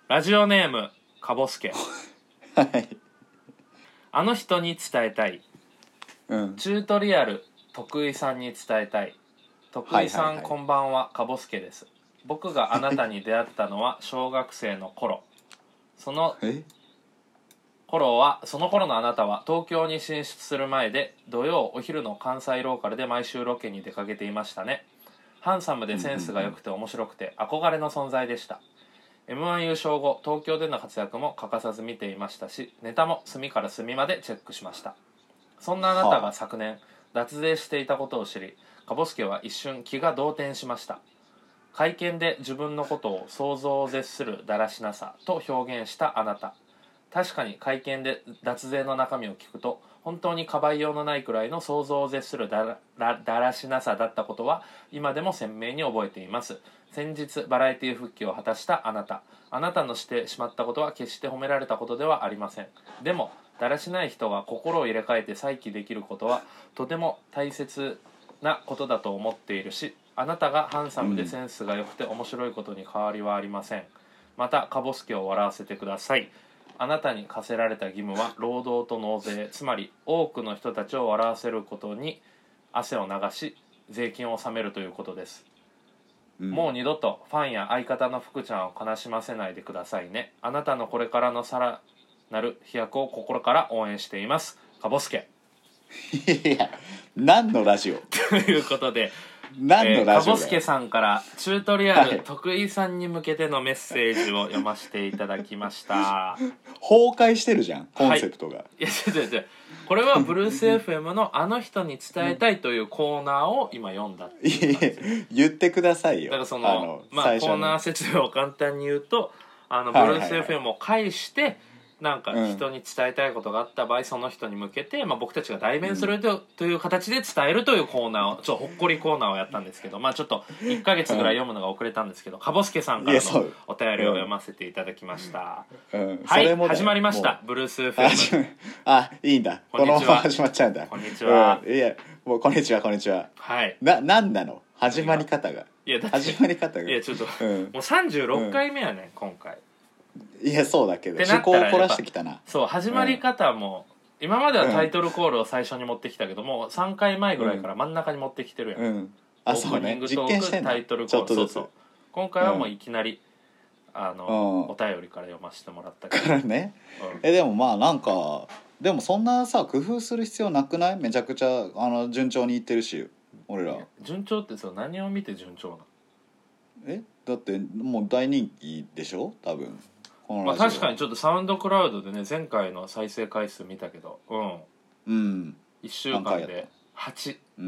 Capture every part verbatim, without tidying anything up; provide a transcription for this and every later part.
ラジオネームかぼすけはい。 あの人に伝えたい、 うん。 チュートリアル徳井さんに伝えたい。徳井さん、 はいはいはい、 こんばんは、かぼすけです。僕があなたに出会ったのは小学生の頃そのえ頃はその頃のあなたは東京に進出する前で、土曜お昼の関西ローカルで毎週ロケに出かけていましたね。ハンサムでセンスが良くて面白くて憧れの存在でした。 エムワン 優勝後、東京での活躍も欠かさず見ていましたし、ネタも隅から隅までチェックしました。そんなあなたが昨年脱税していたことを知り、かぼすけは一瞬気が動転しました。会見で自分のことを想像を絶するだらしなさと表現したあなた。確かに会見で脱税の中身を聞くと、本当にかばいようのないくらいの想像を絶するだ ら, だらしなさだったことは今でも鮮明に覚えています。先日バラエティ復帰を果たしたあなた。あなたのしてしまったことは決して褒められたことではありません。でもだらしない人が心を入れ替えて再起できることはとても大切なことだと思っているし、あなたがハンサムでセンスが良くて面白いことに変わりはありません。またかぼすけを笑わせてください。あなたに課せられた義務は労働と納税、つまり多くの人たちを笑わせることに汗を流し税金を納めるということです。うん、もう二度とファンや相方の福ちゃんを悲しませないでくださいね。あなたのこれからのさらなる飛躍を心から応援しています。かぼすけ。 いや、何のラジオということで、 何のラジオだよ。 かぼすけさんからチュートリアル徳井さんに向けてのメッセージを読ませていただきました。 崩壊してるじゃん、コンセプトが。はい、 いや違う違う違う、これはブルース エフエム のあの人に伝えたいというコーナーを今読んだっていう感じ。 いや言ってくださいよ。 だからその、あのまあ、コーナー説明を簡単に言うと、あのブルース エフエム を介してなんか人に伝えたいことがあった場合、うん、その人に向けて、まあ、僕たちが代弁すると、うん、という形で伝えるというコーナーをちょっとほっこりコーナーをやったんですけど、まあちょっといっかげつぐらい読むのが遅れたんですけど、かぼすけさんからのお便りを読ませていただきました、うんうん、はい、始まりましたブルース エフエム。 あ、いいんだ、このまま始まっちゃうんだ。 こんにちは、 うん、いやもうこんにちはこんにちは。 はい、 な、なんなの始まり方が。 いやだって始まり方がいやちょっと、うん、もうさんじゅうろっかいめやね、うん、今回。 いやそうだけど趣向を凝らしてきたな。 そう、始まり方も、うん、今まではタイトルコールを最初に持ってきたけども、うん、さんかいまえぐらいから真ん中に持ってきてるやん、うん、 あ、そうね、実験してんだ、 タイトルコール。 ちょっとずつ。 そうそう、今回はもういきなり、うん、あの、うん、お便りから読ませてもらったけどからね、うん、えでもまあなんかでもそんなさ工夫する必要なくない？めちゃくちゃあの順調にいってるし俺ら。 順調ってさ、何を見て順調なの？ えだってもう大人気でしょ多分。 まあ、確かにちょっとサウンドクラウドでね、前回の再生回数見たけど、うん、うん、いっしゅうかんではち、うん、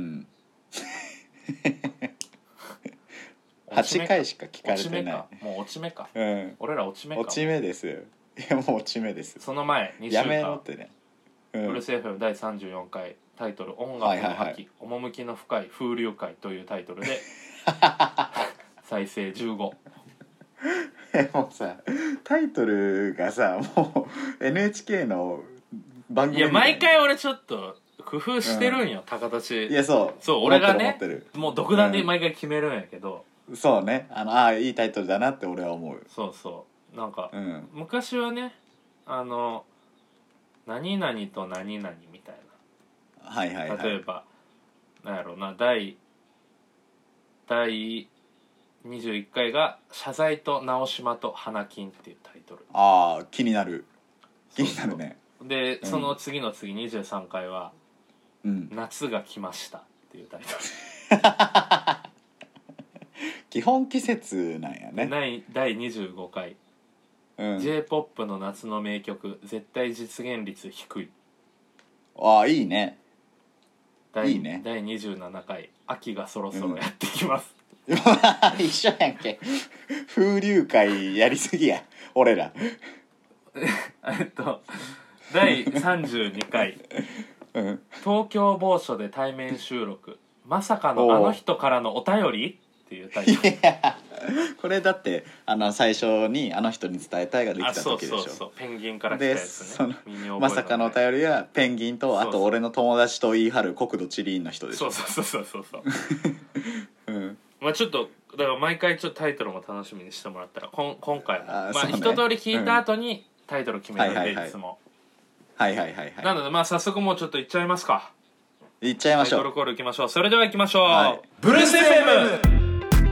はちかいしか聞かれてない。 もう落ち目か、 うん、 俺ら落ち目か。 落ち目ですよ。いやもう落ち目です。 その前にしゅうかんやめろってね、 うん、ブルース エフエム だいさんじゅうよんかい、タイトル音楽の秋、はいはいはい、趣の深い風流会というタイトルで再生じゅうご。 もうさタイトルがさもう エヌエイチケー の番組みたいな。 いや毎回俺ちょっと工夫してるんよ、うん、高立。 いやそうそう俺がねもう独断で毎回決めるんやけど、 うん、そうね、あのあいいタイトルだなって俺は思う。 そうそうなんか、うん、昔はねあの何々と何々みたいな、 はいはいはい、 例えばなんやろうな、第第にじゅういっかいが謝罪と直島と花金っていうタイトル。 ああ気になる気になるね。 で、うん、その次の次にじゅうさんかいは、うん、夏が来ましたっていうタイトル基本季節なんやね。 だいにじゅうごかい、うん、J-ポップ の夏の名曲絶対実現率低い。 ああいいねいいね。だいにじゅうななかい秋がそろそろやってきます、 うん、一緒やんけ風流会やりすぎや俺らえっとだいさんじゅうにかい、うん、東京某所で対面収録まさかのあの人からのお便りっていうタイトル。いやこれだってあの最初にあの人に伝えたいができた時でしょ。 そうそうそう、ペンギンから来たやつね。 まさかのお便りはペンギンと、あと俺の友達と言い張る国土地理院の人でしょ。 そうそうそうそうそう、うん、 まあちょっとだから毎回ちょっとタイトルも楽しみにしてもらったらこん今回もまあ、 あそうね一通り聞いた後にタイトル決めるんで、 はいはいはいいつもはいはいはいはいなのでまあ早速もうちょっといっちゃいますか。 いっちゃいましょう。 タイトルコールいきましょう。それでは行きましょう、 はいブルース エフエム。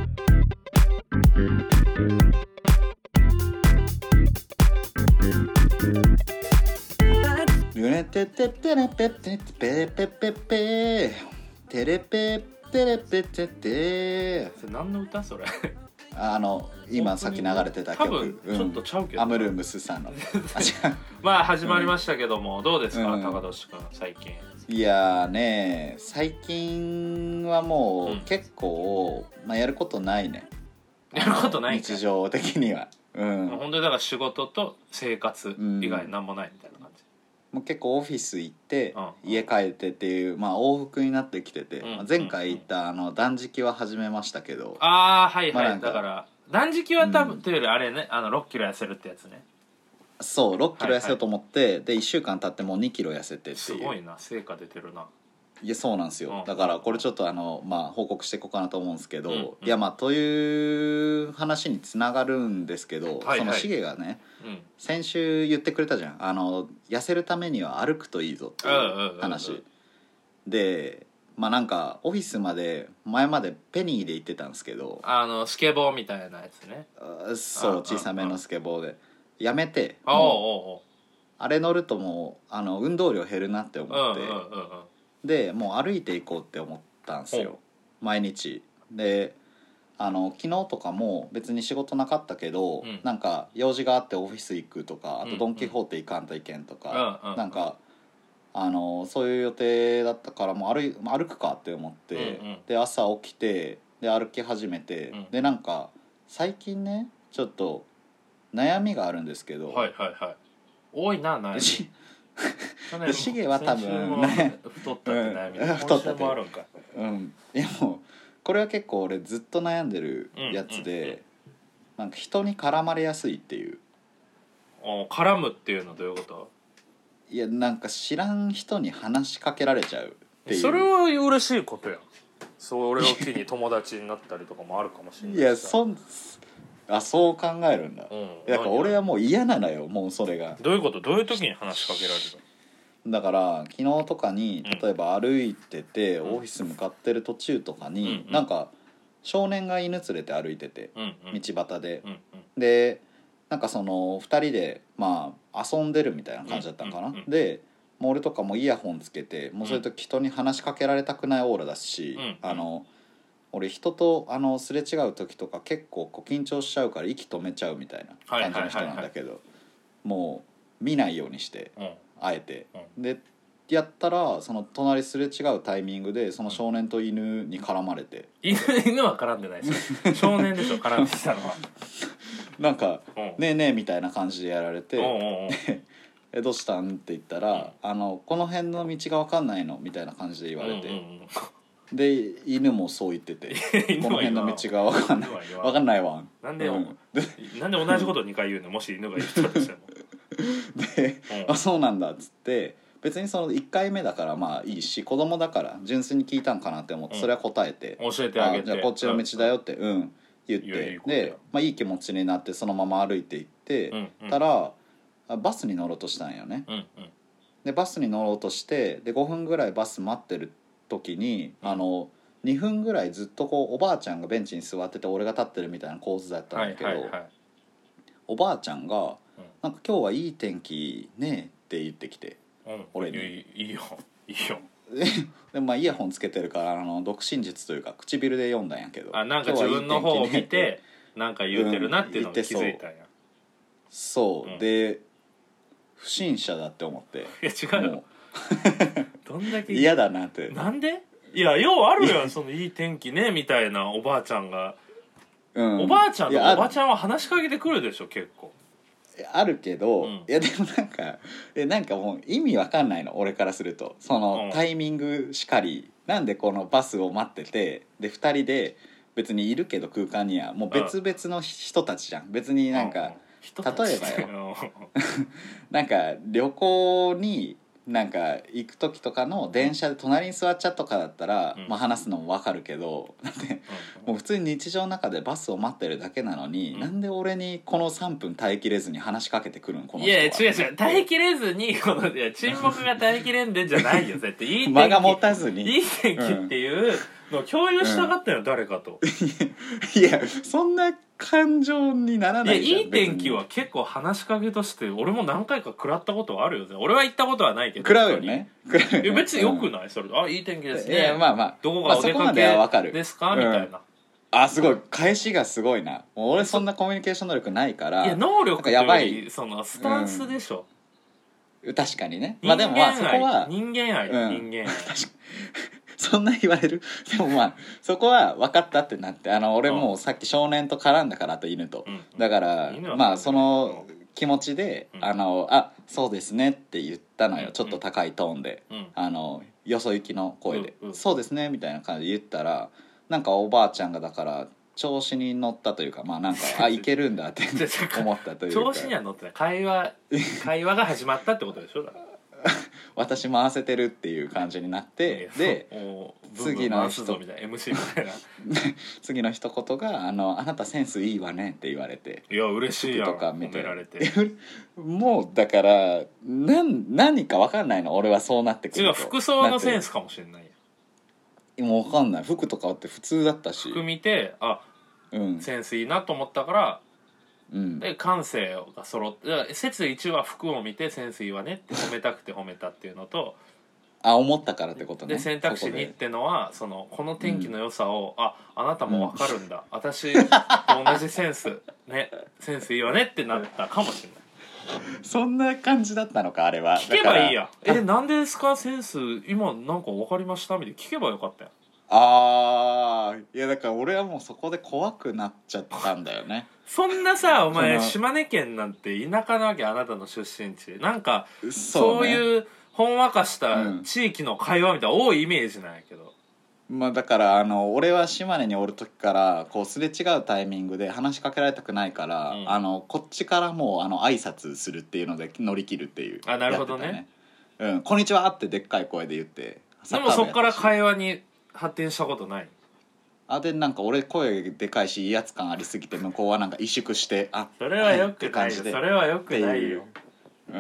ルネテテテレペテペレペペペテレペテレペテテそれ何の歌それあの今さっき流れてた曲、 多分ちょっとちゃうけど、 アムルームスさんのあ違うまあ始まりましたけども、うん、どうですか、 うん、 高俊君最近。 いやーね最近はもう結構、うんまあ、やることないね。 やることないんかい日常的には、うん、 本当にだから仕事と生活以外何もないみたいな感じ、 うん、もう結構オフィス行って、 うん、 家帰ってっていう、まあ、往復になってきてて、 うん、 前回言ったあの断食は始めましたけど、 ああはいはい、 まあなんかだから断食は多分、 うん、 というよりあれねあのろっキロ痩せるってやつね。 そうろっキロ痩せようと思って、はいはい、でいっしゅうかん経ってもうにキロ痩せてっていう。 すごいな成果出てるな。 いやそうなんですよ、 うん、 だからこれちょっとあの、まあ、報告していこうかなと思うんですけど、うんうん、いやまあという話につながるんですけど、はいはい、そのシゲがね、うん、先週言ってくれたじゃん、あの痩せるためには歩くといいぞっていう話、うんうんうんうん、でまあなんかオフィスまで前までペニーで行ってたんですけど、 あのスケボーみたいなやつね。 あそう小さめのスケボーでやめて、 おうおうおうあれ乗るともうあの運動量減るなって思って、うんうんうんうん、でもう歩いていこうって思ったんですよ毎日で。あの昨日とかも別に仕事なかったけど、うん、なんか用事があってオフィス行くとか、あとドン・キホーテ行かんといけんとか、うんうん、なんかあのそういう予定だったからもう 歩, 歩くかって思って、うんうん、で朝起きてで歩き始めて、うん、でなんか最近ねちょっと悩みがあるんですけど、 はいはいはい、多いな悩みでシゲは多分ね太ったって悩み、うん、太ったってもあるんか。 うんでもこれは結構俺ずっと悩んでるやつで、うんうんうん、なんか人に絡まれやすいっていう。 お絡むっていうのはどういうこと？ いやなんか知らん人に話しかけられちゃうっていう。 それは嬉しいことやん。それを機に友達になったりとかもあるかもしれないし。 いやそんあそう考えるんだ、うん、だから俺はもう嫌なのよもうそれが。 どういうこと？どういう時に話しかけられるの？ だから昨日とかに例えば歩いてて、うん、オフィス向かってる途中とかに、うん、なんか少年が犬連れて歩いてて、うんうん、道端で、うんうん、でなんかそのふたりでまあ遊んでるみたいな感じだったのかな、うんうんうん、でもう俺とかもイヤホンつけてもうそういう時人に話しかけられたくないオーラだし、うんうん、あの俺人とあのすれ違う時とか結構こう緊張しちゃうから息止めちゃうみたいな感じの人なんだけど、はいはいはいはい、もう見ないようにして、うんあえて、うん、でやったらその隣すれ違うタイミングでその少年と犬に絡まれて、 うん、犬, 犬は絡んでないですよ少年でしょ絡んできたのはなんか、うん、ねえねえみたいな感じでやられて、うんうんうん、えどうしたんって言ったら、うん、あのこの辺の道が分かんないのみたいな感じで言われて、うんうんうん、で犬もそう言っててこの辺の道が分かんない分かんないわなんで、うん、なんで同じことにかい言うのもし犬が言ったとしてもで、うん、あそうなんだっつって別にそのいっかいめだからまあいいし子供だから純粋に聞いたんかなって思ってそれは答えて、 うん、教えてあげてじゃあこっちの道だよってうん言っていいで、まあ、いい気持ちになってそのまま歩いていって、うんうん、たらバスに乗ろうとしたんよね、うんうん、でバスに乗ろうとしてでごふんぐらいバス待ってる時に、うん、あのにふんぐらいずっとこうおばあちゃんがベンチに座ってて俺が立ってるみたいな構図だったんだけど、はいはいはい、おばあちゃんがなんか今日はいい天気ねって言ってきて、うん、俺にいい、いいよいいよでもまあイヤホンつけてるからあの独身術というか唇で読んだんやけどあなんか自分の方を見てなんか言うてるなっていうのを気づいたんや、うん、 そう、うん、で不審者だって思っていや違うよどんだけ嫌だなってなんでいやようあるよそのいい天気ねみたいなおばあちゃんが、うん、おばあちゃんとおばちゃんは話しかけてくるでしょ結構あるけど、うん、いやでもなんかえなんかもう意味わかんないの俺からするとその、うん、タイミングしかりなんでこのバスを待っててでふたりで別にいるけど空間にはもう別々の人たちじゃん別になんか、うん、例えばよなんか旅行になんか行く時とかの電車で隣に座っちゃっとかだったら、 うんまあ、話すのも分かるけどだってもう普通に日常の中でバスを待ってるだけなのに、うん、なんで俺にこのさんぷん耐えきれずに話しかけてくるのこの人は。 いや違う違う耐えきれずにこのいや沈黙が耐えきれんでんじゃないよ絶対いい天気間が持たずにいい天気っていうのを共有したかったよ、うん、誰かといやそんな感情にならないじゃん。 いやいい天気は結構話しかけとして俺も何回か食らったことはあるよ。俺は行ったことはないけど食らうよね。食らうよね。 いや別によくない、うん、それあいい天気ですね。 いやまあまあどこがお出かけですか、みたいな。 あすごい返しがすごいな。もう俺そんなコミュニケーション能力ないから。 いや能力というよりそのスタンスでしょ、 うん、確かにね。まあでもまあそこは人間愛、うん、人間愛そんな言われるでもまあそこは分かったってなってあの俺もうさっき少年と絡んだからと犬と、うん、だからまあその気持ちで、うん、あのあそうですねって言ったのよ、うん、ちょっと高いトーンで、うん、あのよそ行きの声で、うんうん、そうですねみたいな感じで言ったらなんかおばあちゃんがだから調子に乗ったというかまあなんかあいけるんだって思ったというか調子には乗ってない会話会話が始まったってことでしょだから私回せてるっていう感じになってで次の人みたいな エムシー みたいな次の一言があの「あなたセンスいいわね」って言われていや嬉しいやんとか見て褒められてもうだから何何か分かんないの俺はそうなってくると違う服装のセンスかもしれないやもう分かんない服とかって普通だったし服見てあ、うん、センスいいなと思ったからうん、で感性が揃って説一は服を見てセンスいいわねって褒めたくて褒めたっていうのとあ思ったからってことね。 で選択肢にってのはそのこの天気の良さを、うん、ああなたも分かるんだ、うん、私と同じセンスねセンスいいわねってなったかもしれないそんな感じだったのかあれは。 聞けばいいやえなんでですかセンス今なんか分かりましたみたいな聞けばよかったよ。 あーいやだから俺はもうそこで怖くなっちゃったんだよねそんなさお前島根県なんて田舎なわけあなたの出身地なんかそういうほんわかした地域の会話みたいな多いイメージなんやけど、 うん、まあだからあの俺は島根におる時からこうすれ違うタイミングで話しかけられたくないから、うん、あのこっちからもうあの挨拶するっていうので乗り切るっていう、 あなるほどね、 うん、こんにちはってでっかい声で言ってでもそっから会話に発展したことない。 あでなんか俺声でかいし威圧感ありすぎて向こうはなんか萎縮してあそれはよくないよ、それはよくないよ、 うん、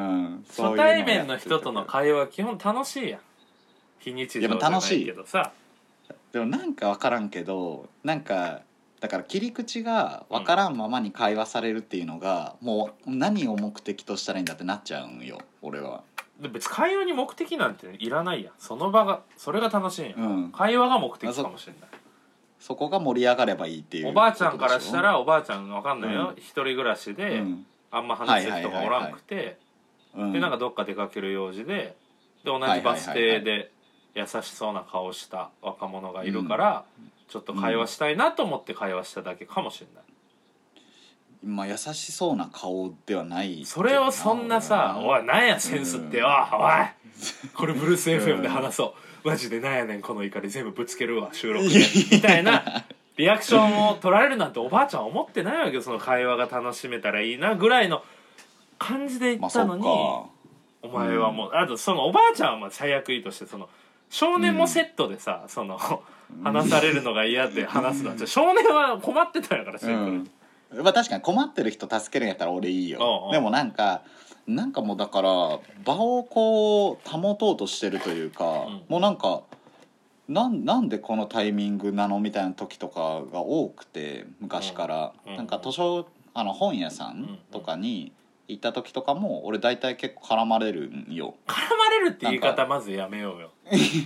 初対面の人との会話は基本楽しいやん非日常じゃないけどさ。 でもなんか分からんけどなんかだから切り口が分からんままに会話されるっていうのが、うん、もう何を目的としたらいいんだってなっちゃうんよ俺は。 別に会話に目的なんていらないやんその場がそれが楽しいんや、うん、会話が目的かもしれない。 そこが盛り上がればいいっていう。 おばあちゃんからしたらおばあちゃん分かんないよ、うん、一人暮らしで、うん、あんま話す人がおらんくてでなんかどっか出かける用事でで同じバス停で優しそうな顔した若者がいるから、うん、ちょっと会話したいなと思って会話しただけかもしれない。 まあ優しそうな顔ではないそれをそんなさ「おいなんやセンスってよ、うん、おいこれブルース エフエム で話そう、マジでなんやねんこの怒り全部ぶつけるわ収録で」みたいなリアクションを取られるなんておばあちゃんは思ってないわけよ。その会話が楽しめたらいいなぐらいの感じで言ったのに、まあ、お前はもう、うん、あとそのおばあちゃんはまあ最悪いいとしてその少年もセットでさ、うん、その話されるのが嫌で話すのは少年は困ってたんやからシンプルに、うんまあ、確かに困ってる人助けるんやったら俺いいよ。おうおうでもなんかなんかもうだから場をこう保とうとしてるというか、うん、もうなんかなんなんでこのタイミングなのみたいな時とかが多くて昔から、うん、なんか図書あの本屋さんとかに行った時とかも俺大体結構絡まれるんよ。 絡まれるって言い方まずやめようよ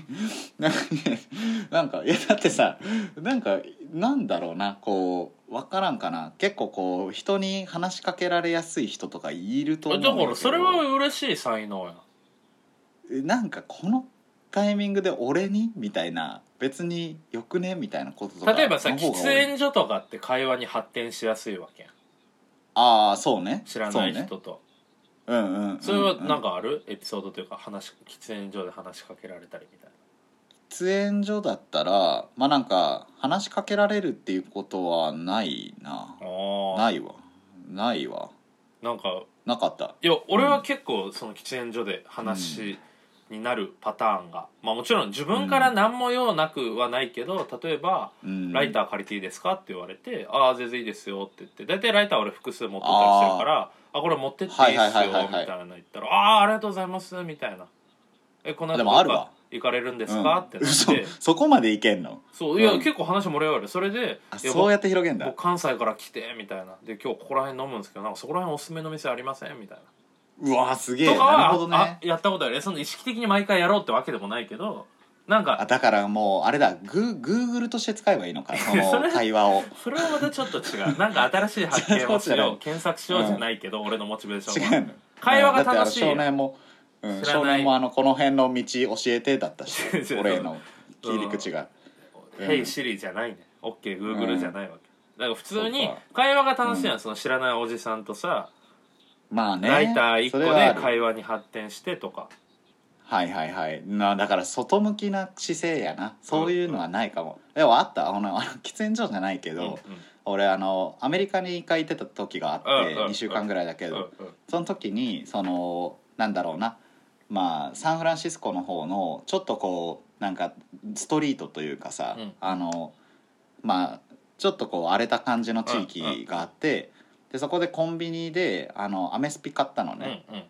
なんかいやだってさなんかなんだろうなこう分からんかな結構こう人に話しかけられやすい人とかいると思うんだけどだからそれは嬉しい才能や。 なんかこのタイミングで俺にみたいな別によくねみたいなこととか例えばさ喫煙所とかって会話に発展しやすいわけやん。 ああそうね知らない人とう、ね、うんうん、うん、 それはなんかあるエピソードというか話喫煙所で話しかけられたりみたいな。 喫煙所だったらまあなんか話しかけられるっていうことはないな。ないわないわなんかなかった。 いや俺は結構その喫煙所で話になるパターンが、まあ、もちろん自分から何も用なくはないけど、例えば、うん、ライター借りていいですかって言われて、ああ全然いいですよって言って、大体ライター俺複数持ってたりしてるから、あこれ持ってっていいですよみたいな言ったら、ああありがとうございますみたいな、えこの後どっか行かれるんですか、うん、ってなって、 そこまでいけんの。 そういや、うん、結構話盛り上がる。それでそうやって広げんだ。 僕関西から来てみたいなで、今日ここら辺飲むんですけど、なんかそこら辺おすすめの店ありませんみたいな。 うわすげえ。 とかはなるほどね。 あやったことある。その意識的に毎回やろうってわけでもないけど、なんかあだからもうあれだ、グーグルとして使えばいいのか、その会話をそれはまたちょっと違う。なんか新しい発見をしよう検索しようじゃないけど、うん、俺のモチベーションは違うの。会話が楽しい。 少年も、うん、少年もあのこの辺の道教えてだったし俺の切り口が 「ヘイシリ」じゃないね。 OKGoogle じゃないわけ、うん、だから普通に会話が楽しいの、うん、その知らないおじさんとさ、 まあね、 ライターいっこで会話に発展してとか。 はいはいはいな。だから外向きな姿勢やな。そういうのはないかも、うん、でもあったあの喫煙所じゃないけど、うんうん、俺あのアメリカに一回行ってた時があって、うん、にしゅうかんぐらいだけど、うんうん、その時にそのなんだろうな、まあサンフランシスコの方のちょっとこうなんかストリートというかさ、うん、あのまあちょっとこう荒れた感じの地域があって、でそこでコンビニであのアメスピ買ったのね、うんうん、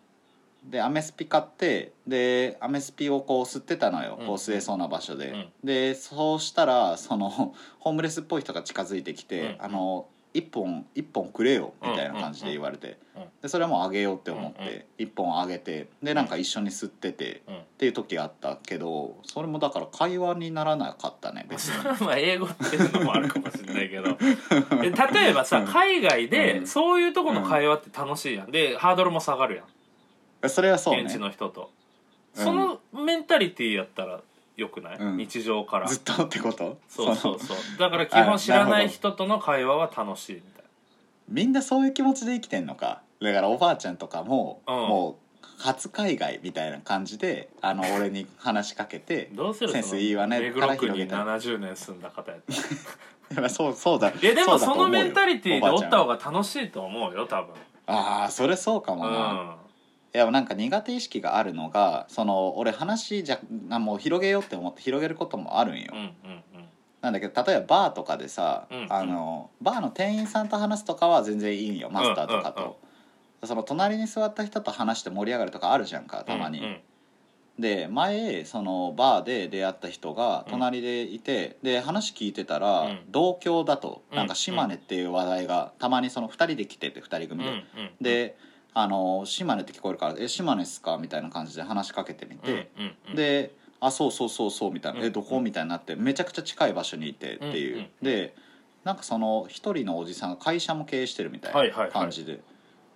でアメスピ買ってでアメスピをこう吸ってたのよ、こう吸えそうな場所で、うん、でそうしたらそのホームレスっぽい人が近づいてきて、うん、あの一本一本くれよみたいな感じで言われて、でそれはもうあげようって思って一本あげて、でなんか一緒に吸っててっていう時あったけど、それもだから会話にならなかったね別にまあ英語っていうのもあるかもしれないけど例えばさ海外でそういうとこの会話って楽しいやん、でハードルも下がるやん、 それはそうね、 現地の人と、そのメンタリティーやったらよくない、うん、日常からずっとってこと。 そうそうそうだから基本知らない人との会話は楽しいみたいな。 みんなそういう気持ちで生きてんのか。だからおばあちゃんとかも、うん、もう初海外みたいな感じであの俺に話しかけてどうするセンスいいわね目黒区にななじゅうねん住んだ方やったらそうそうだ。 いやでもそのメンタリティーでおった方が楽しいと思うよ多分。 ああそれそうかもな、うん、いやなんか苦手意識があるのが、その俺話じゃもう広げようって思って広げることもあるんよ、うんうんうん、なんだけど例えばバーとかでさ、うんうん、あのバーの店員さんと話すとかは全然いいんよ、マスターとかと、うんうんうん、その隣に座った人と話して盛り上がるとかあるじゃんかたまに、うんうん、で前そのバーで出会った人が隣でいて、うん、で話聞いてたら、うん、同郷だとなんか島根っていう話題がたまにそのふたりで来ててふたり組で、うんうんうん、であの島根って聞こえるから「え島根っすか?」みたいな感じで話しかけてみて、うんうんうん、で「あそうそうそうそう」みたいな「えどこ?」みたいになってめちゃくちゃ近い場所にいてっていう、うんうん、でなんかその一人のおじさんが会社も経営してるみたいな感じで、はいはいはい、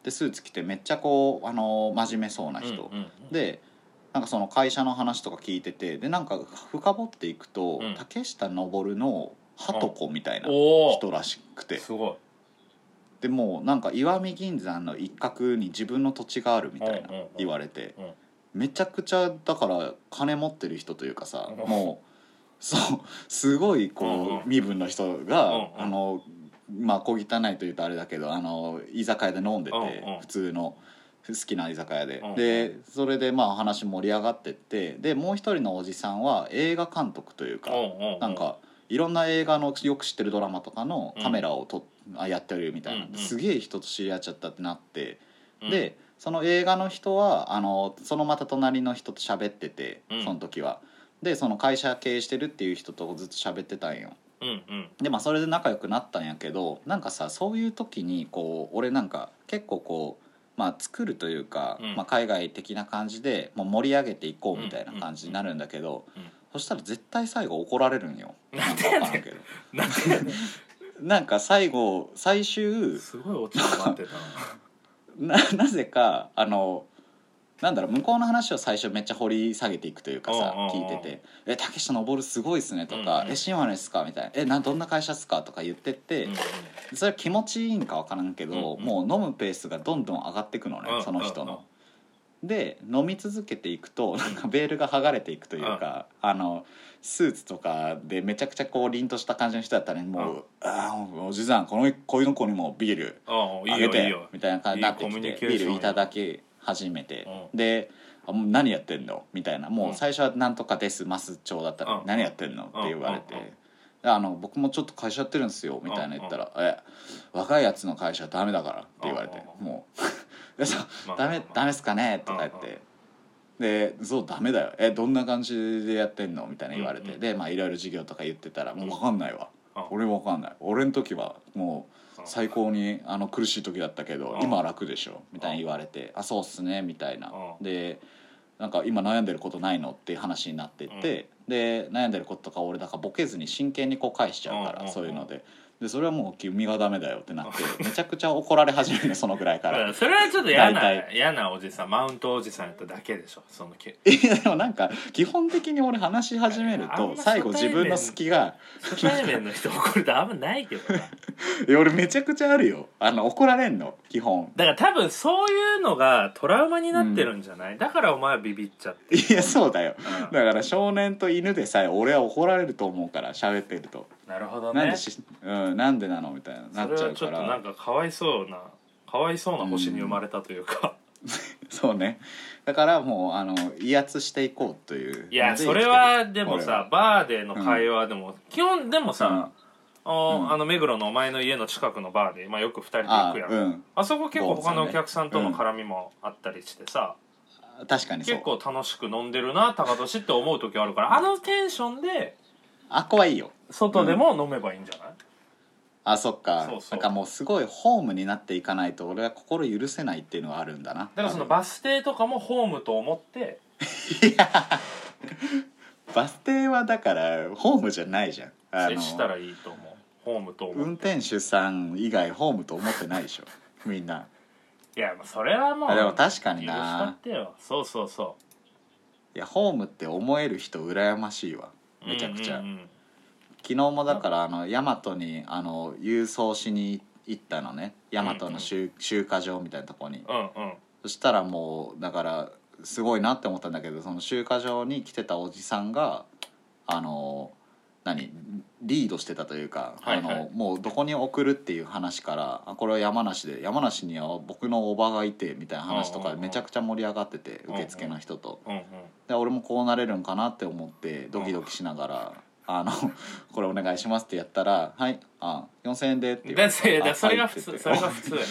でスーツ着てめっちゃこうあの真面目そうな人、うんうんうん、でなんかその会社の話とか聞いてて、でなんか深掘っていくと、うん、竹下登のはとこみたいな人らしくて、 すごい。 でもうなんか石見銀山の一角に自分の土地があるみたいな言われて、うんうんうん、めちゃくちゃだから金持ってる人というかさ、うん、もうそうすごいこう、うんうん、身分の人が、うんうん、あのまあ小汚いと言うとあれだけどあの居酒屋で飲んでて、うんうん、普通の好きな居酒屋で、うんうん、でそれでまあ話盛り上がってって、でもう一人のおじさんは映画監督というか、うんうんうん、なんかいろんな映画のよく知ってるドラマとかのカメラを撮ってあやってるみたいな、うんうん、すげえ人と知り合っちゃったってなって、うん、でその映画の人はあのそのまた隣の人と喋ってて、うん、その時はでその会社経営してるっていう人とずっと喋ってたんよ、うんうん、でまあそれで仲良くなったんやけど、なんかさそういう時にこう俺なんか結構こうまあ作るというか、うんまあ、海外的な感じでもう盛り上げていこうみたいな感じになるんだけど、うんうんうん、そしたら絶対最後怒られるんよ。 なんでやねんなんでやねんなんか最後最終すごいオチが待ってたななぜかあのなんだろう向こうの話を最初めっちゃ掘り下げていくというかさ聞いてて「え竹下登すごいっすね」とか「うんうん、え島根っすか?」みたいな「えなどんな会社っすか?」とか言ってって、うんうん、それは気持ちいいんか分からんけど、うんうん、もう飲むペースがどんどん上がっていくのね、うん、その人の。で飲み続けていくとなんかベールが剥がれていくというか、うん、あのスーツとかでめちゃくちゃこう凛とした感じの人だったら、ね、もう、うん、あおじさんこのこういう子にもビールあげてみたいな感じになってきてビールいただき始めて、うん、であもう何やってんのみたいな、もう最初はなんとかですます調だったら、 うん何やってんのって言われて、 うんうんうんであの僕もちょっと会社やってるんですよみたいな言ったら、え若いやつの会社はダメだからって言われて、もうでそうまあダメダメっすかねとか言って、でそうダメだよえどんな感じでやってんのみたいな言われて、 うんうんでまあいろいろ授業とか言ってたらもう分かんないわ、 うん俺分かんない俺の時はもう最高にあの苦しい時だったけど、 うん今は楽でしょみたいに言われて、あそうっすねみたいな、 うんでなんか今悩んでることないのっていう話になってって、で悩んでることとか俺だからボケずに真剣にこう返しちゃうから、 うんそういうのででそれはもう君がダメだよってなってめちゃくちゃ怒られ始めるのそのぐらいかだかららそれはちょっと嫌な大体嫌なおじさんマウントおじさんやっただけでしょそのけいやでもなんか基本的に俺話し始めるとあんま最後自分の隙が初対面の人怒るとあんまないけどな。 いや俺めちゃくちゃあるよあの怒られんの基本。 だから多分そういうのがトラウマになってるんじゃない、うん、だからお前はビビっちゃっていやそうだよ、 うん、 だから少年と犬でさえ俺は怒られると思うから喋ってるとなるほどねなんでし、うん、なんでなのみたいななっちゃうからそれはちょっとなんかかわいそうなかわいそうな星に生まれたというか、 うん、そうねだからもうあの威圧していこうといういやそれはでもさバーでの会話でも、うん、基本でもさ、うんあ, あの目黒のお前の家の近くのバーで、まあ、よくふたりで行くやん あ,、うん、あそこ結構他のお客さんとの絡みもあったりしてさ、 うん、確かにそう結構楽しく飲んでるな高俊って思う時あるから、あのテンションであっこはいいよ外でも飲めばいいんじゃない、うん、 あそっかそうそうなんかもうすごいホームになっていかないと俺は心許せないっていうのがあるんだな。 だからそのバス停とかもホームと思っていやバス停はだからホームじゃないじゃん。あの接したらいいと思うホームと思って運転手さん以外ホームと思ってないでしょみんな。 いやそれはもうでも確かにな許したってよ。そうそうそういやホームって思える人羨ましいわめちゃくちゃ、うんうんうん、昨日もだからあの大和にあの郵送しに行ったのね大和の集、うんうん、集荷場みたいなとこに、 うんうん、 そしたらもうだからすごいなって思ったんだけどその集荷場に来てたおじさんがあの何リードしてたというか、はいはい、あのもうどこに送るっていう話からあこれは山梨で山梨には僕のおばがいてみたいな話とかめちゃくちゃ盛り上がってて、うんうん、受付の人と、うんうん、で俺もこうなれるんかなって思ってドキドキしながら、うん、あのこれお願いしますってやったらはいあよんせんえんでって言われてだそれが普通それが普通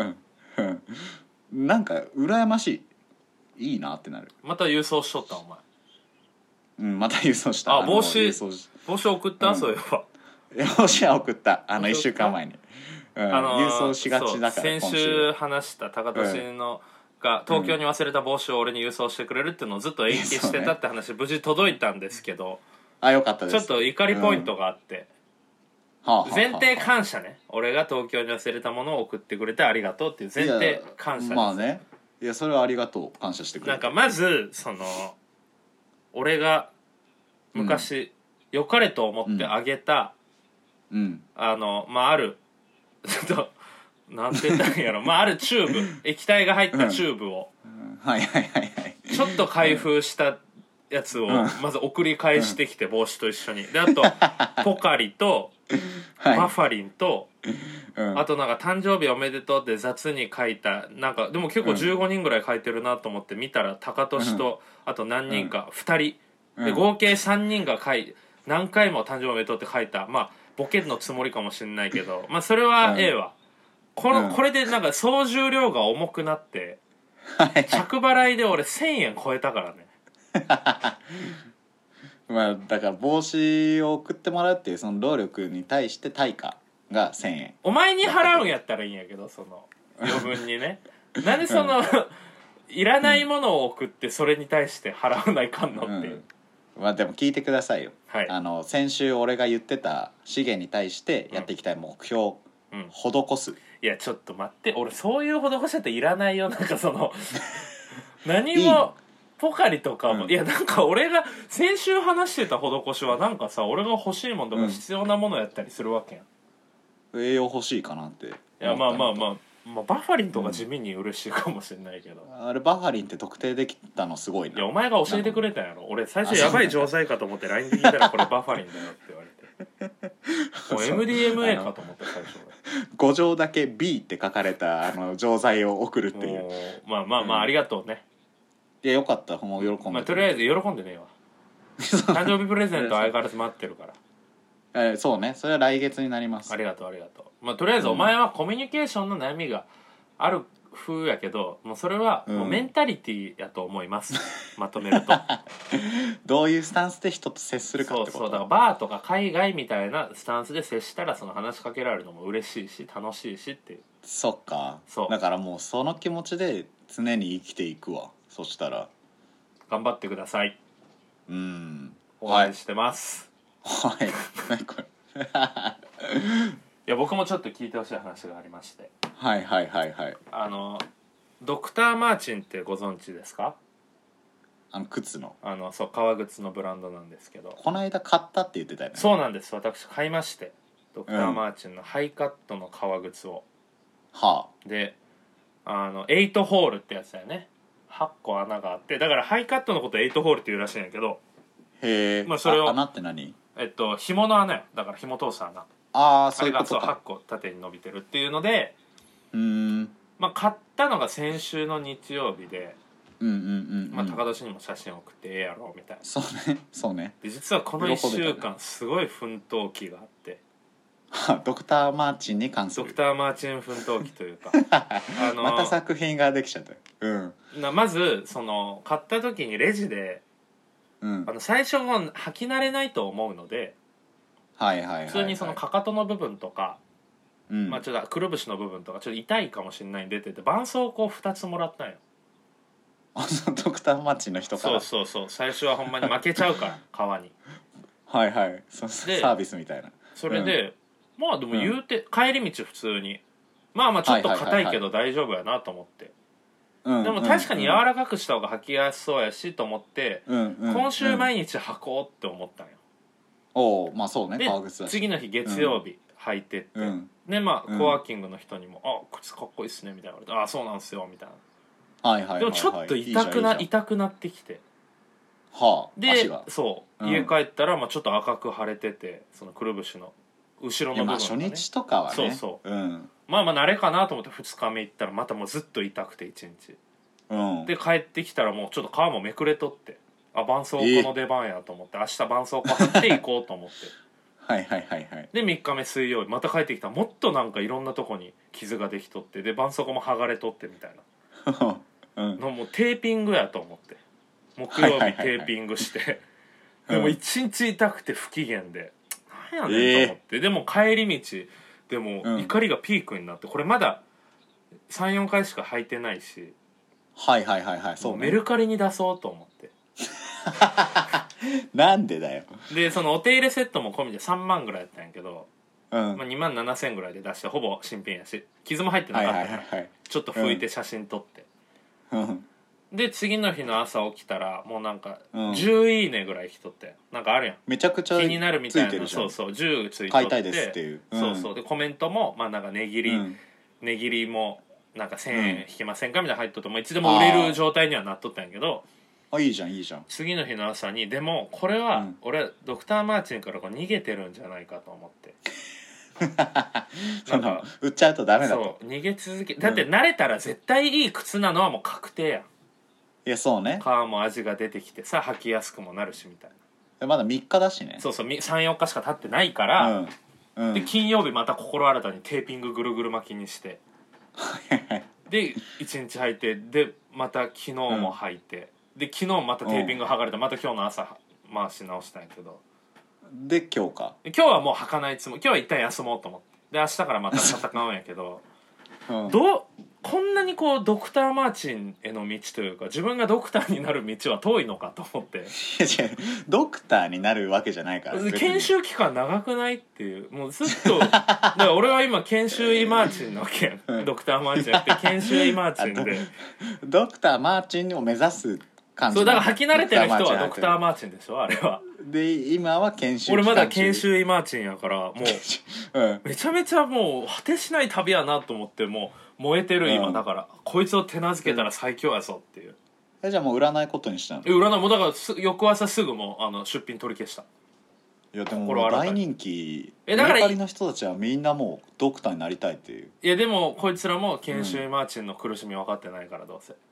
なんか羨ましいいいなってなる。 また郵送しとったお前うんまた郵送したあ帽子帽子送った、うん、そういえば帽子は送ったあのいっしゅうかんまえに、うん、あのー、郵送しがちだから先週話した高俊の、うん、が東京に忘れた帽子を俺に郵送してくれるっていうのをずっと延期してたって話、ね、無事届いたんですけどあよかったですちょっと怒りポイントがあって、うんはあはあはあ、前提感謝ね俺が東京に忘れたものを送ってくれてありがとうっていう前提感謝です。 まあねいやそれはありがとう感謝してくれてなんかまずその俺が昔、うん、良かれと思ってあげた、 うん、 あのまああるちょっとなんて言ったらいいんやろまああるチューブ液体が入ったチューブを、 うんうん、はいはいはいはいちょっと開封したやつをまず送り返してきて、うん、帽子と一緒にであとポカリとバファリンと、はい、あとなんか誕生日おめでとうって雑に書いたなんかでも結構じゅうごにんぐらい書いてるなと思って見たら高俊とあと何人かふたりで合計さんにんが書い何回も誕生日おめでとうって書いたまあボケのつもりかもしれないけどまあそれはええわ、この、これでなんか総重量が重くなって着払いで俺せんえん超えたからねまあだから帽子を送ってもらうっていうその労力に対して対価がせんえんお前に払うんやったらいいんやけどその余分にねなんでその、うん、いらないものを送ってそれに対して払わないかんのっていう、 うん、まあでも聞いてくださいよ、 はい、 あの先週俺が言ってた資源に対してやっていきたい目標、うん、施すいやちょっと待って俺そういう施しだっていらないよなんかその何もポカリとかも、うん、いやなんか俺が先週話してた施しはなんかさ俺が欲しいものとか必要なものやったりするわけやん、 うん、栄養欲しいかなっていやまあまあまあまあ、バファリンとか地味に嬉しいかもしれないけど、 うん、あれバファリンって特定できたのすごいな。 いやお前が教えてくれたんやろ。俺最初やばい錠剤かと思って ライン で聞いたらこれバファリンだよって言われてもう エムディーエムエー かと思って最初ご錠だけ B って書かれたあの錠剤を送るっていうまあまあまあ、うん、ありがとうね。 いやよかった、もう喜んで、 まあ、とりあえず喜んでねえわ誕生日プレゼントは相変わらず待ってるからえそうね、それは来月になります。 ありがとうありがとう。まあとりあえずお前はコミュニケーションの悩みがある風やけど、もうそれはもうメンタリティやと思います、うん、まとめるとどういうスタンスで人と接するかってこと。 そうそう、だからバーとか海外みたいなスタンスで接したらその話しかけられるのも嬉しいし楽しいしっていう。 そっか、 そうだからもうその気持ちで常に生きていくわ。そしたら頑張ってください。 うん応援してます。 はい、何これいや僕もちょっと聞いてほしい話がありまして、 はいはいはいはい。 あのドクターマーチンってご存知ですか？ あの靴のあのそう革靴のブランドなんですけど、 この間買ったって言ってたよね。 そうなんです。私買いまして、ドクターマーチンのハイカットの革靴を、 はあであのエイトホールってやつだよね。はっこ穴があって、だからハイカットのことエイトホールって言うらしいんやけど、 へえ、 まあそれをあ穴って何？ えっと紐の穴よ、だから紐通す穴。 ああそういうあれがそうことか。 はっこ縦に伸びてるっていうので、 うーんまあ買ったのが先週の日曜日で、 うんうんうん、うん、 まあ高田氏にも写真送ってええやろみたいな。 そうねそうね。 で実はこのいっしゅうかんすごい奮闘期があって、 ドクターマーチンに関するドクターマーチン奮闘記というかあのまた作品ができちゃった。うんなまずその買った時にレジで、 うん、 あの最初は履き慣れないと思うので、 はいはいはい、はい、 普通にそのかかとの部分とか、 うん、 まあちょっとくるぶしの部分とかちょっと痛いかもしれないんで出てて、絆創膏ふたつもらったんよ。 あのドクターマーチンの人から。 そうそうそう、最初はほんまに負けちゃうから皮に。 はいはいそサービスみたいな。 それで、うん、まあでも言うて、うん、帰り道普通にまあまあちょっと硬いけど大丈夫やなと思って、でも確かに柔らかくした方が履きやすそうやしと思って、うんうん、今週毎日履こうって思ったんよ。 おおまあそうね、 で革靴だし次の日月曜日履いてって、うん、でまあコワーキングの人にも「あ靴かっこいいっすね」みたいな言われて「あそうなんすよ」みたいな。 はいはいはいはい、 でもちょっと痛くな痛くなってきて、 はあ、 でそう、うん、家帰ったらまあちょっと赤く腫れてて、そのくるぶしの後ろの部分が、ね、 まあ初日とかはね、 そうそう、 うん、 まあまあ慣れかなと思ってふつかめ行ったらまたもうずっと痛くていちにち、うん、で帰ってきたらもうちょっと皮もめくれとって、あ絆創膏の出番やと思って、明日絆創膏貼っていこうと思ってはいはいはいはい。 でみっかめ水曜日また帰ってきたらもっとなんかいろんなとこに傷ができとって、で絆創膏も剥がれとってみたいなうん、のもうテーピングやと思って、木曜日テーピングして、でも一日痛くて不機嫌で、なんやねんと思って、えー、でも帰り道でも怒りがピークになって、これまだ さん,よん 回しか履いてないし、 はいはいはいはい、そうね、 メルカリに出そうと思ってなんでだよ。 でそのお手入れセットも込みでさんまんぐらいやったんやけど、 うん、 まあ、にまんななせんぐらいで出してほぼ新品やし傷も入ってなかったから、はいはいはいはい、ちょっと拭いて写真撮って、うん、で次の日の朝起きたらもうなんかじゅういいねぐらい来とって、なんかあるやん、 めちゃくちゃ気になるみたいな、そうそうじゅうついとって買いたいですっていう、 うん、そうそうでコメントもまあなんか値切り、うん、値切りもなんかせんえん引きませんかみたいな入っとって、もういつでも売れる状態にはなっとったんやけど、 あいいじゃんいいじゃん、 次の日の朝にでもこれは俺ドクターマーチンからこう逃げてるんじゃないかと思ってなんか売っちゃうとダメだと。 そう逃げ続けだって慣れたら絶対いい靴なのはもう確定やん。 いやそうね、 皮も味が出てきてさ履きやすくもなるしみたいな。 まだみっかだしね。 そうそう さん,よっ 日しか経ってないから、うんうん、で金曜日また心新たにテーピングぐるぐる巻きにしてでいちにち履いて、でまた昨日も履いて、うん、で昨日またテーピング剥がれて、また今日の朝回し直したんやけど、 で今日か今日はもう履かないつもり、今日は一旦休もうと思って、で明日からまた戦うんやけど、うん、どうこんなにこうドクターマーチンへの道というか自分がドクターになる道は遠いのかと思って。いや違う、ドクターになるわけじゃないから。 研修期間長くないっていう、もうずっとだから俺は今研修医マーチンなわけやん、うん、ドクターマーチンじゃなくて研修医マーチンでドクターマーチンを目指す感じ。 そうだから履き慣れてる人はドクターマーチンでしょあれは。 で今は研修期間中、 俺まだ研修医マーチンやからもう、うん、めちゃめちゃもう果てしない旅やなと思って、もう燃えてる今、うん、だからこいつを手なずけたら最強やぞっていう。 えじゃあもう売らないことにしたの？ え売らない、もうだから翌朝すぐもうあの出品取り消した。 いやでも大人気、えだからメルカリの人たちはみんなもうドクターになりたいっていう。 いやでもこいつらも研修医マーチンの苦しみ分かってないからどうせ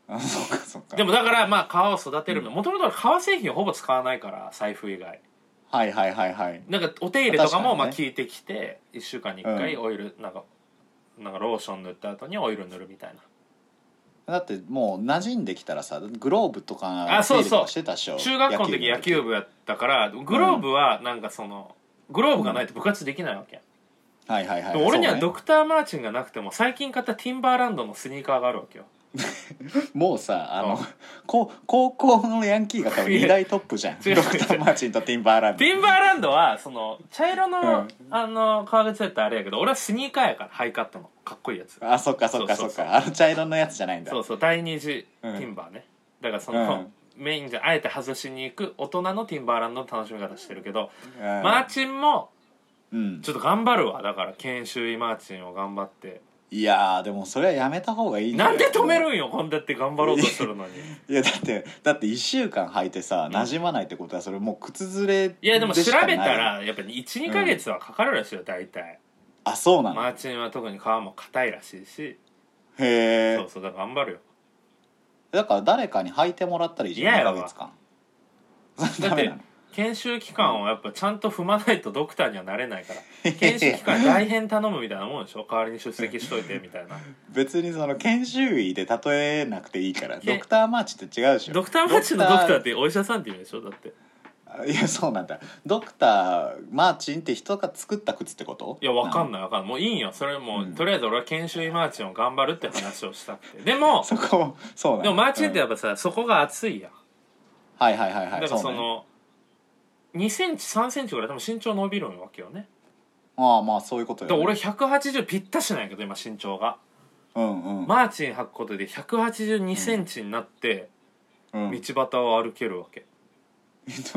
あそっかそっか。 でもだからまあ革を育てるのもともと革製品をほぼ使わないから財布以外。 はいはいはいはい。 なんかお手入れとかもまあ確か効いてきていっしゅうかんにいっかいオイルなんかなんかローション塗った後にオイル塗るみたいな。 だってもう馴染んできたらさグローブとかあそうそうしてたでしょ。 中学校の時野球部やったからグローブはなんかそのグローブがないと部活できないわけや、 うん、はいはいはい。 でも俺にはドクターマーチンがなくても最近買ったティンバーランドのスニーカーがあるわけよ。 もうさあの、 うん、 こ高校のヤンキーが多分に大トップじゃん。ドクターマーチンとティンバーランド。 ティンバーランドはその茶色の、うん、あの革靴やったらあれやけど俺はスニーカーやからハイカットのかっこいいやつ。 あそっかそっかそっか。あの茶色のやつじゃないんだ。 そうそう第二次ティンバーね、うん、だからその、うん、メインじゃあえて外しに行く大人のティンバーランドの楽しみ方してるけど、うん、マーチンもちょっと頑張るわ。だから研修医マーチンを頑張って。 いやーでもそれはやめた方がいいんだよ。なんで止めるんよこんだって頑張ろうとするのに。 いやだってだっていっしゅうかん履いてさ馴染まないってことはそれもう靴ずれでしかない。 いやでも調べたらやっぱり いち,に ヶ月はかかるらしいよ大体。 あそうなの。 マーチンは特に皮も硬いらしいし。へえ。 そうそうだから頑張るよ。 だから誰かに履いてもらったらいいじゃん。にかげつかん。 だって研修期間をやっぱちゃんと踏まないとドクターにはなれないから研修期間大変頼むみたいなもんでしょ。代わりに出席しといてみたいな。 別にその研修医で例えなくていいからドクターマーチって違うでしょ。 ドクターマーチのドクターってお医者さんって意味でしょ。だっていやそうなんだ。ドクターマーチンって人が作った靴ってこと？ いやわかんないわかんないもういいんよそれもう、うん、とりあえず俺は研修医マーチンを頑張るって話をしたくて。でもそこそうなんだ。 でもマーチンってやっぱさ、うん、そこが厚いやん。 はいはいはいはい。 だからそのにセンチさんセンチぐらい多分身長伸びるわけよね。 ああまあそういうことよ、ね、 だから俺ひゃくはちじゅうぴったしなんやけど今身長が、 うんうん、 マーチン履くことでひゃくはちじゅうにセンチになって、うん、道端を歩けるわけ、うん、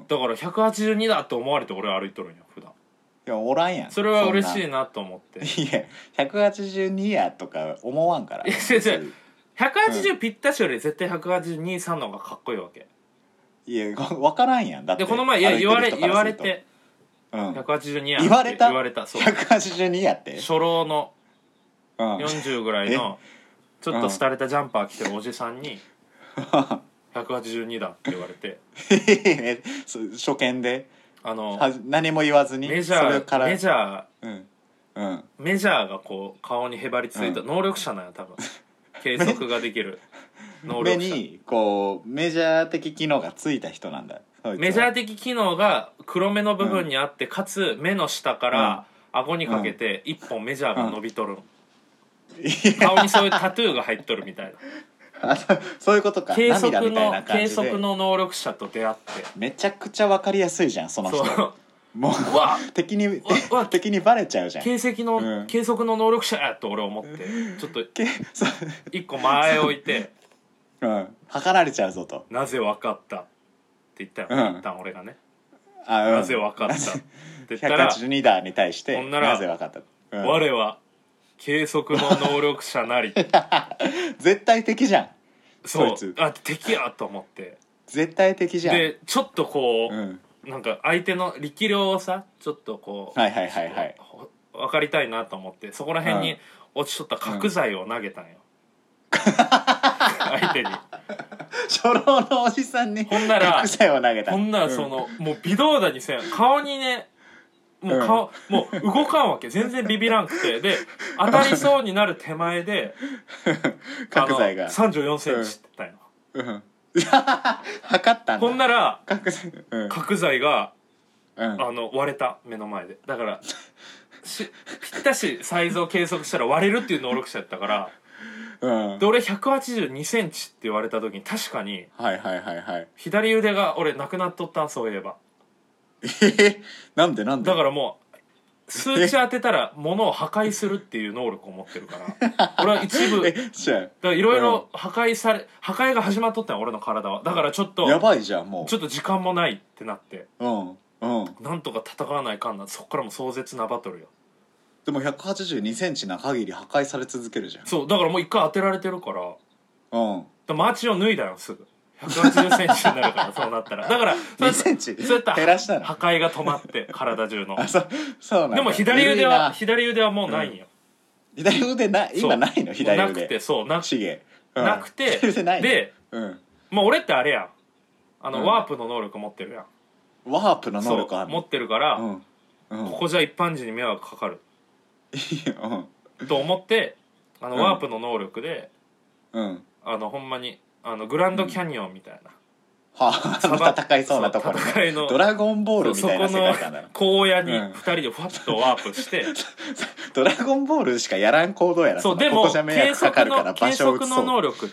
だからひゃくはちじゅうにだと思われて俺は歩いとるんよ普段。 いやおらんやん。 それは嬉しいなと思って。 いやひゃくはちじゅうにやとか思わんから。いや違う違うひゃくはちじゅうぴったしより絶対ひゃくはちじゅうに、さんの方がかっこいいわけ。 いや分からんやん。だってでこの前いや言われ言われて、うん、ひゃくはちじゅうにやって言われた言われたそうひゃくはちじゅうにやって初老のよんじゅうぐらいのちょっと廃れたジャンパー着てるおじさんにひゃくはちじゅうにだって言われて初見であの何も言わずにメジャーそれからメジャー、 うんうん、 メジャーがこう顔にへばりついた能力者なんや多分計測ができる能力者。 目にこうメジャー的機能がついた人なんだ。 メジャー的機能が黒目の部分にあって、うん、かつ目の下から顎にかけて一本メジャーが伸びとる、うん、顔にそういうタトゥーが入っとるみたいな。 あそういうことか。 計測の計測の能力者と出会ってめちゃくちゃ分かりやすいじゃんその人。もううわ敵に敵にバレちゃうじゃん。 計測の、うん、計測の能力者やと俺思ってちょっと一個前置いて、 うん、測られちゃうぞと。 なぜ分かったって言ったよ、うん、一旦俺がねあ、うん、なぜ分かったって言ったらひゃくはちじゅうにだに対してなぜ分かった、 うん、我は計測の能力者なり絶対敵じゃん。 そうそいつあ敵やと思って絶対敵じゃん。 でちょっとこう、うんなんか相手の力量をさちょっとこうはいはいはいはい分かりたいなと思ってそこら辺に落ちとった角材を投げたんよ、うん、相手に初老のおじさんにほんなら角材を投げた。 ほんならその、うん、もう微動だにせん顔にねもう顔、うん、もう動かんわけ全然ビビらんくてで当たりそうになる手前で角材がさんじゅうよんセンチって言ったんよ、 うんうん測ったんだ。 ほんなら角材、うん、 角材が、 うん、 あの割れた目の前でだからしぴったしサイズを計測したら割れるっていう能力者やったから、うん、で俺ひゃくはちじゅうにセンチって言われた時に確かにはいはいはいはい左腕が俺なくなっとったんそういえばえー、なんでなんでだからもう数値当てたら物を破壊するっていう能力を持ってるから俺は一部だからいろいろ破壊され破壊が始まっとったんよ俺の体は。だからちょっとやばいじゃんもうちょっと時間もないってなってうんうんなんとか戦わないかんなそっからも壮絶なバトルよ。 でもひゃくはちじゅうにセンチな限り破壊され続けるじゃん。 そうだからもう一回当てられてるからうんだマーチを脱いだよすぐひゃくはちじゅっセンチになるからそうなったらだからにセンチそうやった減らしたら破壊が止まって体中のあそうそうなんだ。 でも左腕は左腕はもうないんよ、 うん、左腕な今ないの左腕なくてそうなしげなくて、 うん、ないで、 うん、 まあ俺ってあれやんあの、 うん、 ワープの能力持ってるやん。 ワープの能力ある持ってるから、 うんうん、 ここじゃ一般人に迷惑かかるうん、 と思ってあの、 うん、 ワープの能力で、 うん、 あのほんまにあのグランドキャニオンみたいな、 はあ、戦いそうなところね、 戦いのドラゴンボールみたいな世界観だな。 そこの荒野にふたりでファッとワープして、うん、 ドラゴンボールしかやらん行動やな。 そうでもここじゃ迷惑かかるから場所を移そう。 計測の能力って、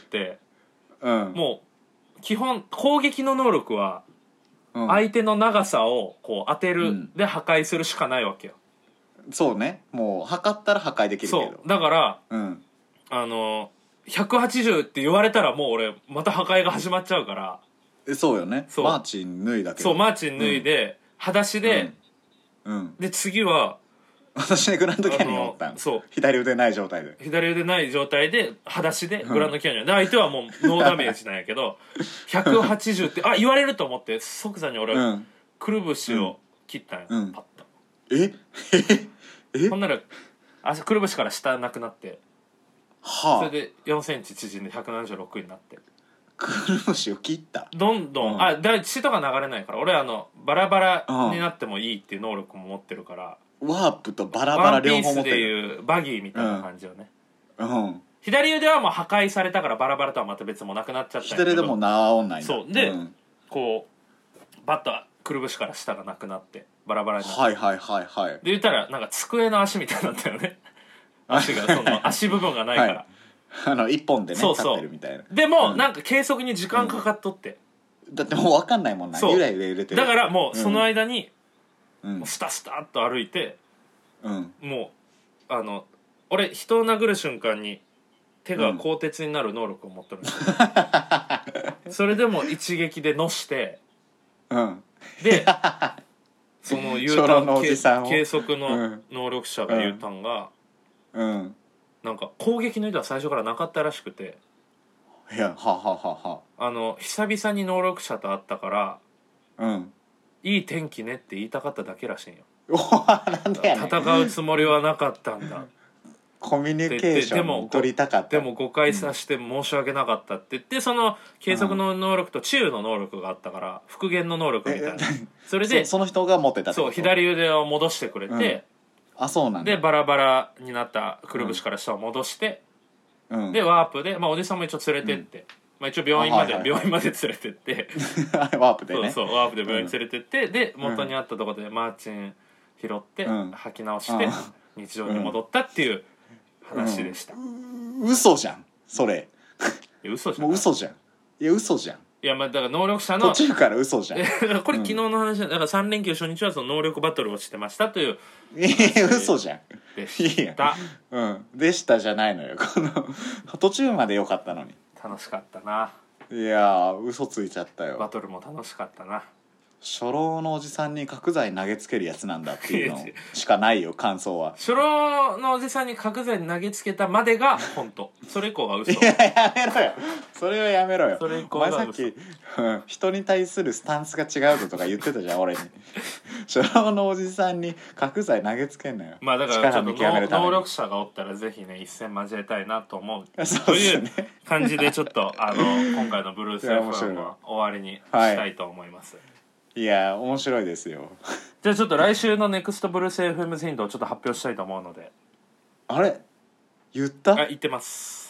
うん、もう基本攻撃の能力は相手の長さをこう当てるで破壊するしかないわけよ、 うん、そうね、もう測ったら破壊できるけど、 そうだから、うん、あのひゃくはちじゅうって言われたらもう俺また破壊が始まっちゃうから。 えそうよね、マーチン脱いだけど、 そうマーチン脱いで、うん、裸足で、うんうん、で次は私ねグランドキャニオン持ったん、そう左腕ない状態で左腕ない状態で裸足でグランドキャニオン、うん、で相手はもうノーダメージなんやけどひゃくはちじゅうってあ言われると思って即座に俺はくるぶしを切ったんや、うん、パッとええほんなら足くるぶしから下なくなって、はあ、それでよんセンチ縮んでひゃくななじゅうろくになって、 くるぶしを切った。 どんどん、うん、あだ血とか流れないから俺あのバラバラになってもいいっていう能力も持ってるから、 ワープとバラバラ両方持ってる。ワンピースでいうバギーみたいな感じよね、うんうん、左腕はもう破壊されたからバラバラとはまた別もなくなっちゃったんやけど、 左腕も治んないんだ。 そうで、うん、こうバッとくるぶしから下がなくなってバラバラになって、 はいはいはいはい、で言ったらなんか机の足みたいになったよね足がその足部分がないから、はい、 あの一本でねそうそう立ってるみたいな。 でも、うん、なんか計測に時間かかっとって、 うん、だってもう分かんないもんな、ゆらゆら揺れてる。 だからもうその間に、うん、もうスタスタっと歩いて、うん、もうあの俺人を殴る瞬間に手が鋼鉄になる能力を持ってるんですよ、うん、それでも一撃でのして、うん、でその U ターン計測の能力者が U ターンが、うん、うんなんか攻撃の意図は最初からなかったらしくて、 いやははははあの久々に能力者と会ったから、うん、いい天気ねって言いたかっただけらしいんよ。なんでやねん、戦うつもりはなかったんだコミュニケーションを取りたかった。 でも誤解させて申し訳なかったって言って、うん、その計測の能力と治癒の能力があったから復元の能力みたいな、それで そ, その人が持ってたってこと。 そう左腕を戻してくれて、うんあそうなんだ。 でバラバラになったくるぶしから下を戻して、うん、でワープで、まあ、おじさんも一応連れてって、うんまあ、一応病院まで、はいはいはい、病院まで連れてってワープでねそうそうワープで病院連れてって、うん、で元にあったところでマーチン拾って、うん、吐き直して、うん、日常に戻ったっていう話でした、 うんうん、嘘じゃんそれ。 いや嘘じゃんもう嘘じゃん。いや嘘じゃん。 いやまあだから能力者の途中から嘘じゃんこれ昨日の話だからさん連休初日はその能力バトルをしてましたという。 いや嘘じゃん。 でしたうんでしたじゃないのよこの途中まで良かったのに。 楽しかったな。 いや嘘ついちゃったよ。 バトルも楽しかったな。 初老のおじさんに角材投げつけるやつなんだっていうのしかないよ感想は。 初老のおじさんに角材投げつけたまでが本当。それ以降は嘘。 いややめろよそれはやめろよ。 それ以降は嘘。 お前さっき、うん、人に対するスタンスが違うぞとか言ってたじゃん俺に。初老のおじさんに角材投げつけんなよ。 まあだからちょっと能力者がおったらぜひね一戦交えたいなと思うという感じでちょっとあの今回のブルース エフエム は終わりにしたいと思います。 いや面白いですよ。 じゃあちょっと来週のネクストブルース エフエム ヒントをちょっと発表したいと思うので。 あれ言った？ あ言ってます。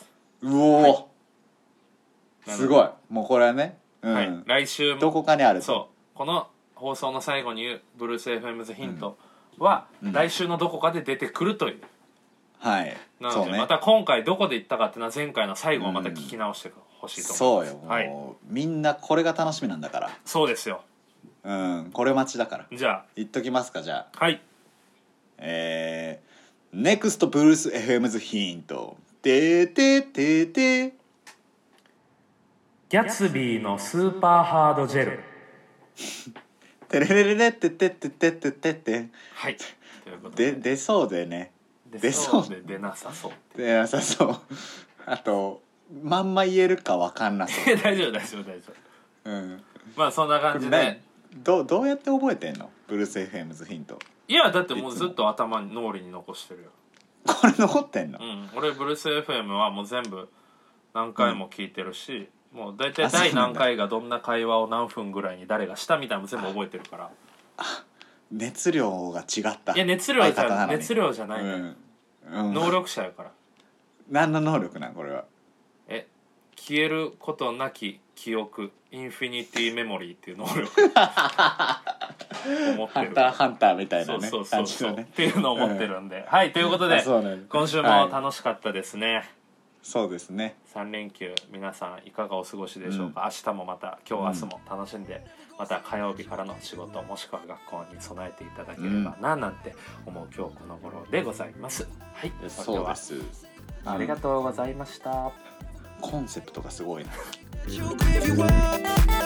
うおー、はい、すごい。もうこれはね、うんはい、来週もどこかにあると。 そうこの放送の最後に言うブルース エフエム ヒントは、うん、来週のどこかで出てくるという、 はいなので、ね、また今回どこで言ったかっていうのは前回の最後をまた聞き直してほしいと思います、 うん、そうよ、もうみんなこれが楽しみなんだから。 そうですよ。 うんこれ待ちだから。 じゃあ言っときますか。じゃあはいえー、ネクストブルース エフエム ヒントてーてーてーてーギャツビーのスーパーハードジェルテレレレレテテテテテテテはいということでで出そうでね出そうで出なさそう出なさそうあとまんま言えるかわかんなそう大丈夫大丈夫大丈夫うんまあそんな感じでど, どうやって覚えてんのブルース エフエム ヒント。 いやだってもうずっと頭に脳裏に残してるよ。 これ残ってんの？ うん俺ブルース エフエム はもう全部何回も聞いてるし、うん、もう大体第何回がどんな会話を何分ぐらいに誰がしたみたいなの全部覚えてるから。 あ、熱量が違った。 いや熱量じゃ熱量じゃない、ね、うんうん、能力者やから。 何の能力なんこれは。 え、消えることなき記憶、インフィニティメモリーっていう能力思ってる。 ハンターハンターみたいなね、 そうそうそうそう、ね、っていうのを思ってるんで、うん、はい、ということで、ね、今週も楽しかったですね、はい、 そうですね。 さん連休皆さんいかがお過ごしでしょうか、うん、明日もまた今日明日も楽しんで、うん、また火曜日からの仕事もしくは学校に備えていただければななんて思う今日この頃でございます、はい、それではそうです、ありがとうございました。 コンセプトがすごいな